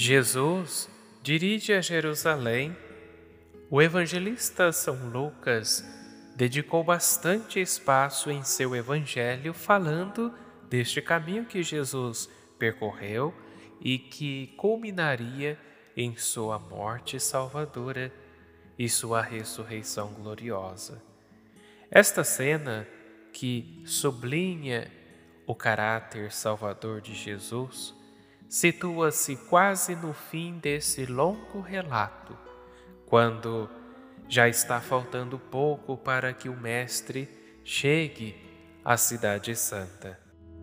Jesus dirige a Jerusalém. O evangelista São Lucas dedicou bastante espaço em seu evangelho falando deste caminho que Jesus percorreu e que culminaria em sua morte salvadora e sua ressurreição gloriosa. Esta cena, que sublinha o caráter salvador de Jesus, situa-se quase no fim desse longo relato, quando já está faltando pouco para que o Mestre chegue à Cidade Santa.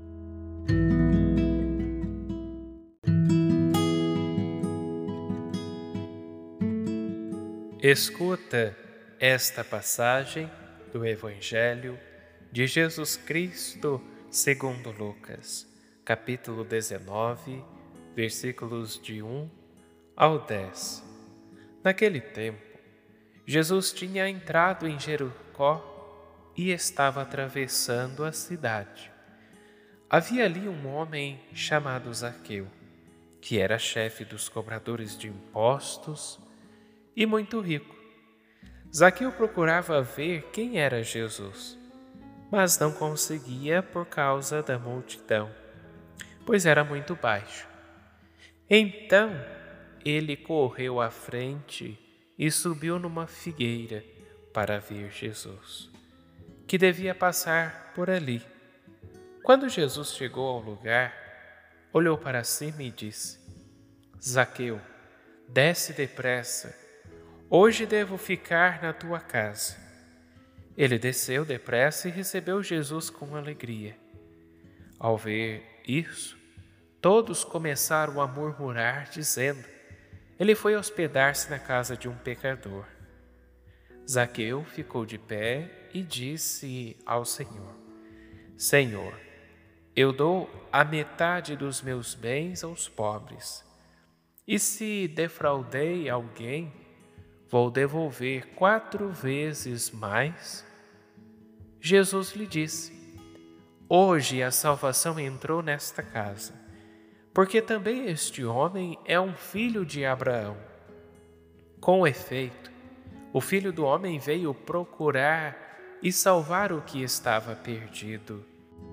Escuta esta passagem do Evangelho de Jesus Cristo segundo Lucas, capítulo 19, versículos de 1 ao 10. Naquele tempo, Jesus tinha entrado em Jericó e estava atravessando a cidade. Havia ali um homem chamado Zaqueu, que era chefe dos cobradores de impostos e muito rico. Zaqueu procurava ver quem era Jesus, mas não conseguia por causa da multidão, pois era muito baixo. Então ele correu à frente e subiu numa figueira para ver Jesus, que devia passar por ali. Quando Jesus chegou ao lugar, olhou para cima e disse: Zaqueu, desce depressa, hoje devo ficar na tua casa. Ele desceu depressa e recebeu Jesus com alegria. Ao ver isso, todos começaram a murmurar, dizendo: ele foi hospedar-se na casa de um pecador. Zaqueu ficou de pé e disse ao Senhor: Senhor, eu dou a metade dos meus bens aos pobres. E se defraudei alguém, vou devolver 4 vezes mais. Jesus lhe disse: hoje a salvação entrou nesta casa, porque também este homem é um filho de Abraão. Com efeito, o Filho do Homem veio procurar e salvar o que estava perdido.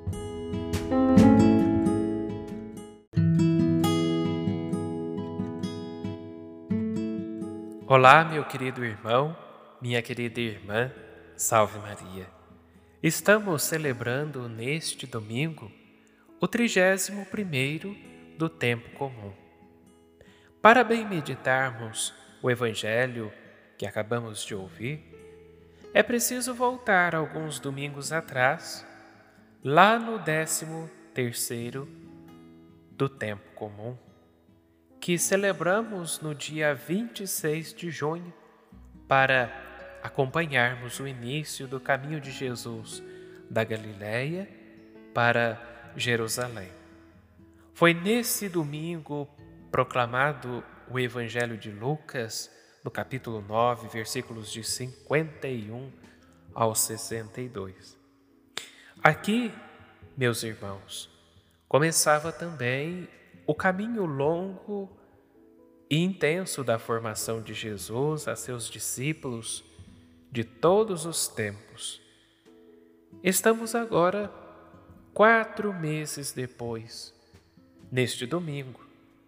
Olá, meu querido irmão, minha querida irmã, salve Maria. Estamos celebrando neste domingo o 31º do tempo comum. Para bem meditarmos o Evangelho que acabamos de ouvir, é preciso voltar alguns domingos atrás, lá no 13º do tempo comum, que celebramos no dia 26 de junho, para acompanharmos o início do caminho de Jesus da Galileia para Jerusalém. Foi nesse domingo proclamado o Evangelho de Lucas, no capítulo 9, versículos de 51 ao 62. Aqui, meus irmãos, começava também o caminho longo e intenso da formação de Jesus a seus discípulos de todos os tempos. Estamos agora 4 meses depois, neste domingo,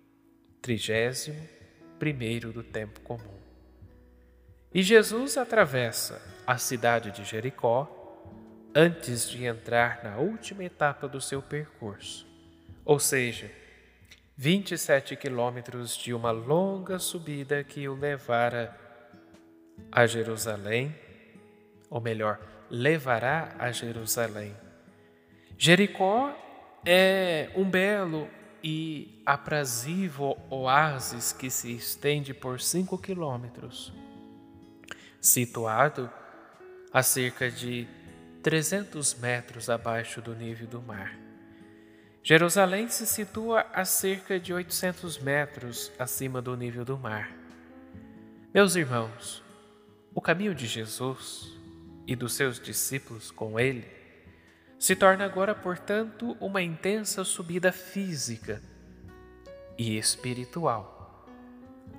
31º do tempo comum. E Jesus atravessa a cidade de Jericó antes de entrar na última etapa do seu percurso, ou seja, 27 quilômetros de uma longa subida que o levara a Jerusalém, ou melhor, levará a Jerusalém. Jericó é um belo e aprazível oásis que se estende por 5 quilômetros, situado a cerca de 300 metros abaixo do nível do mar. Jerusalém se situa a cerca de 800 metros acima do nível do mar. Meus irmãos, o caminho de Jesus e dos seus discípulos com ele se torna agora, portanto, uma intensa subida física e espiritual,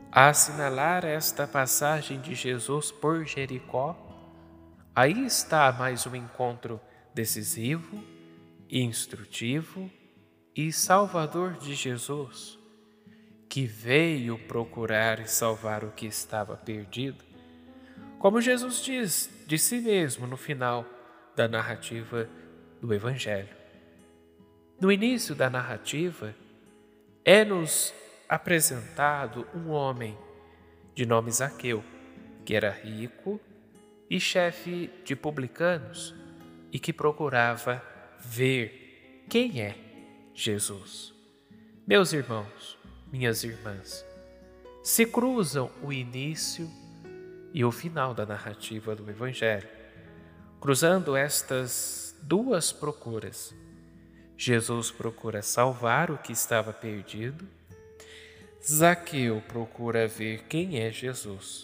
a assinalar esta passagem de Jesus por Jericó, aí está mais um encontro decisivo, instrutivo e salvador de Jesus, que veio procurar e salvar o que estava perdido, como Jesus diz de si mesmo no final da narrativa do Evangelho. No início da narrativa, é-nos apresentado um homem de nome Zaqueu, que era rico e chefe de publicanos e que procurava ver quem é Jesus. Meus irmãos, minhas irmãs, se cruzam o início e o final da narrativa do Evangelho. Cruzando estas duas procuras, Jesus procura salvar o que estava perdido, Zaqueu procura ver quem é Jesus.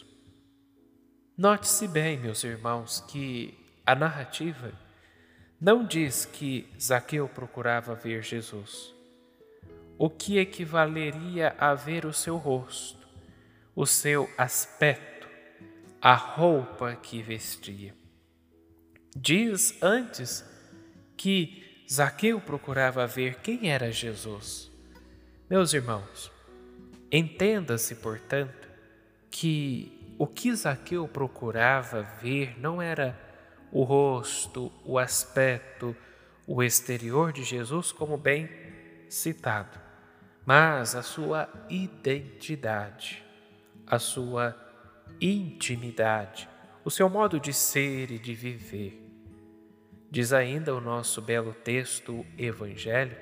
Note-se bem, meus irmãos, que a narrativa não diz que Zaqueu procurava ver Jesus, o que equivaleria a ver o seu rosto, o seu aspecto, a roupa que vestia. Diz antes que Zaqueu procurava ver quem era Jesus. Meus irmãos, entenda-se, portanto, que o que Zaqueu procurava ver não era o rosto, o aspecto, o exterior de Jesus, como bem citado, mas a sua identidade, a sua intimidade, o seu modo de ser e de viver. Diz ainda o nosso belo texto evangélico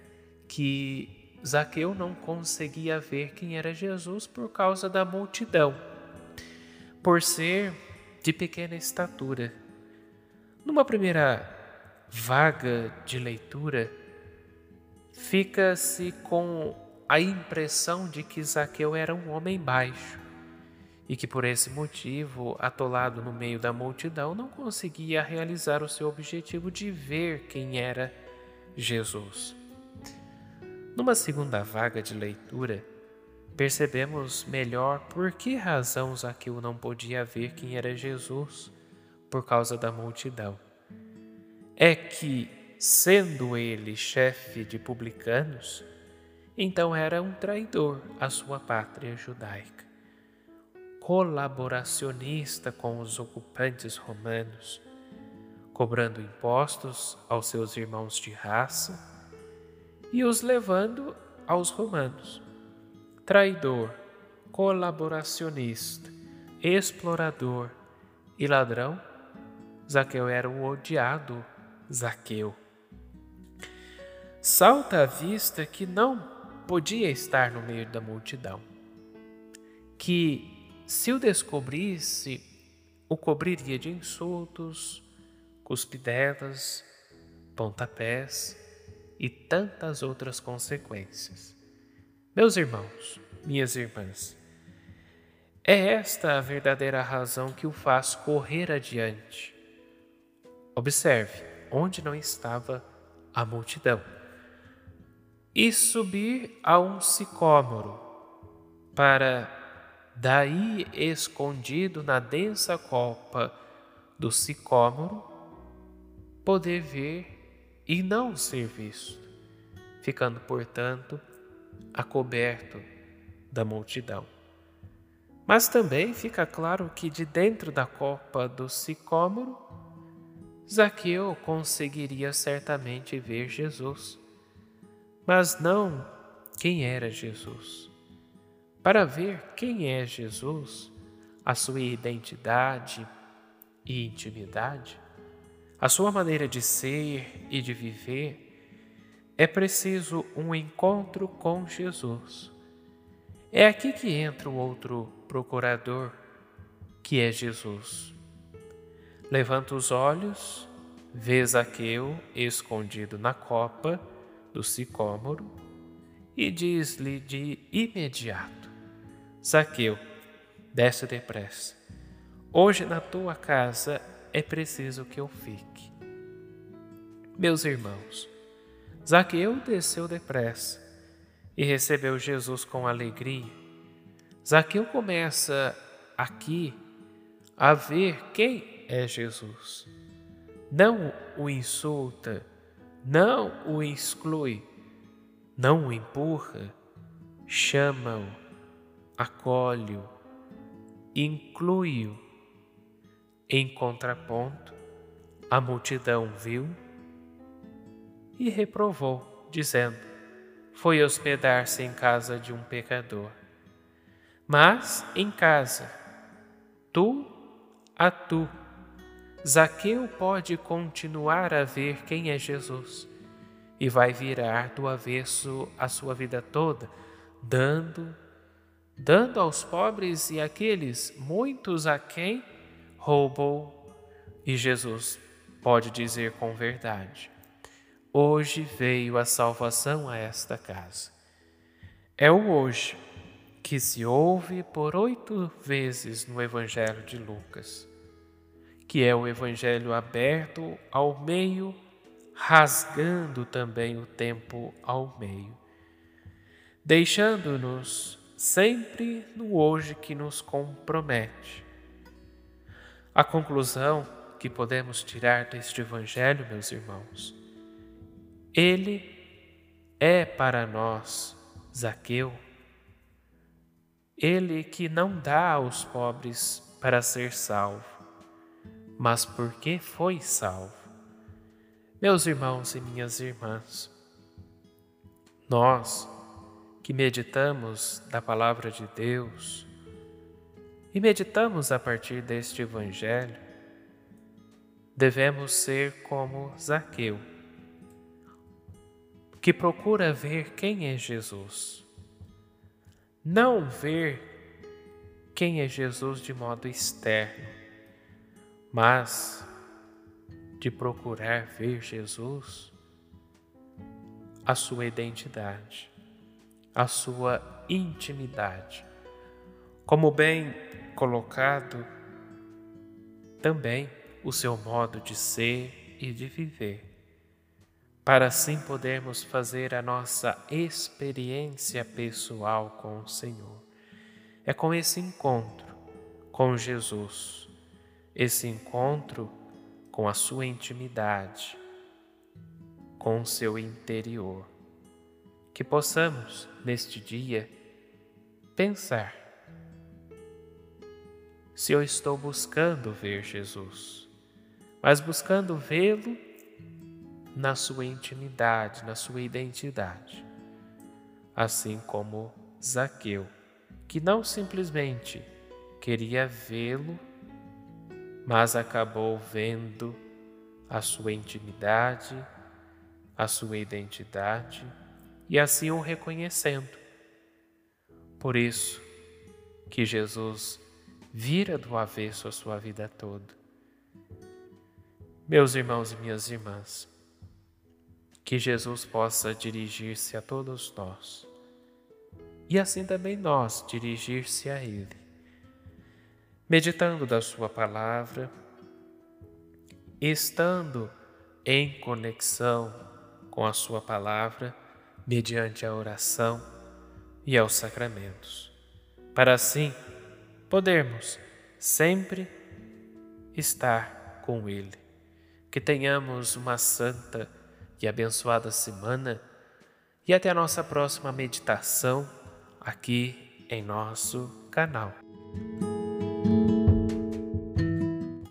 que Zaqueu não conseguia ver quem era Jesus por causa da multidão, por ser de pequena estatura. Numa primeira vaga de leitura, fica-se com a impressão de que Zaqueu era um homem baixo e que por esse motivo, atolado no meio da multidão, não conseguia realizar o seu objetivo de ver quem era Jesus. Numa segunda vaga de leitura, percebemos melhor por que razão Zaqueu não podia ver quem era Jesus por causa da multidão. É que, sendo ele chefe de publicanos, então era um traidor à sua pátria judaica, colaboracionista com os ocupantes romanos, cobrando impostos aos seus irmãos de raça e os levando aos romanos. Traidor, colaboracionista, explorador e ladrão, Zaqueu era o odiado Zaqueu. Salta à vista que não podia estar no meio da multidão, que se o descobrisse, o cobriria de insultos, cuspidelas, pontapés e tantas outras consequências. Meus irmãos, minhas irmãs, é esta a verdadeira razão que o faz correr adiante. Observe onde não estava a multidão e subir a um sicômoro para, daí escondido na densa copa do sicômoro, poder ver e não ser visto, ficando, portanto, acoberto da multidão. Mas também fica claro que de dentro da copa do sicômoro, Zaqueu conseguiria certamente ver Jesus, mas não quem era Jesus. Para ver quem é Jesus, a sua identidade e intimidade, a sua maneira de ser e de viver, é preciso um encontro com Jesus. É aqui que entra o outro procurador, que é Jesus. Levanta os olhos, vê Zaqueu escondido na copa do sicômoro e diz-lhe de imediato: Zaqueu, desce depressa. Hoje na tua casa é preciso que eu fique. Meus irmãos, Zaqueu desceu depressa e recebeu Jesus com alegria. Zaqueu começa aqui a ver quem é Jesus. Não o insulta, não o exclui, não o empurra, chama-o, acolhe-o, inclui-o. Em contraponto, a multidão viu e reprovou, dizendo: foi hospedar-se em casa de um pecador. Mas em casa, tu a tu, Zaqueu pode continuar a ver quem é Jesus e vai virar do avesso a sua vida toda, dando aos pobres e àqueles muitos a quem roubou. E Jesus pode dizer com verdade: hoje veio a salvação a esta casa. É o hoje que se ouve por 8 vezes no Evangelho de Lucas, que é o Evangelho aberto ao meio, rasgando também o tempo ao meio, deixando-nos sempre no hoje que nos compromete. A conclusão que podemos tirar deste Evangelho, meus irmãos, ele é para nós, Zaqueu, ele que não dá aos pobres para ser salvo, mas porque foi salvo. Meus irmãos e minhas irmãs, nós que meditamos da Palavra de Deus e meditamos a partir deste Evangelho, devemos ser como Zaqueu, que procura ver quem é Jesus. Não ver quem é Jesus de modo externo, mas de procurar ver Jesus, a sua identidade, a sua intimidade. Como bem colocado, também o seu modo de ser e de viver, para assim podermos fazer a nossa experiência pessoal com o Senhor. É com esse encontro com Jesus, esse encontro com a sua intimidade, com o seu interior, que possamos, neste dia, pensar: se eu estou buscando ver Jesus, mas buscando vê-lo na sua intimidade, na sua identidade, assim como Zaqueu, que não simplesmente queria vê-lo, mas acabou vendo a sua intimidade, a sua identidade e assim o reconhecendo. Por isso que Jesus vira do avesso a sua vida toda. Meus irmãos e minhas irmãs, que Jesus possa dirigir-se a todos nós e assim também nós dirigir-se a Ele, meditando da sua palavra, estando em conexão com a sua palavra mediante a oração e aos sacramentos, para assim podermos sempre estar com Ele. Que tenhamos uma santa e abençoada semana e até a nossa próxima meditação aqui em nosso canal.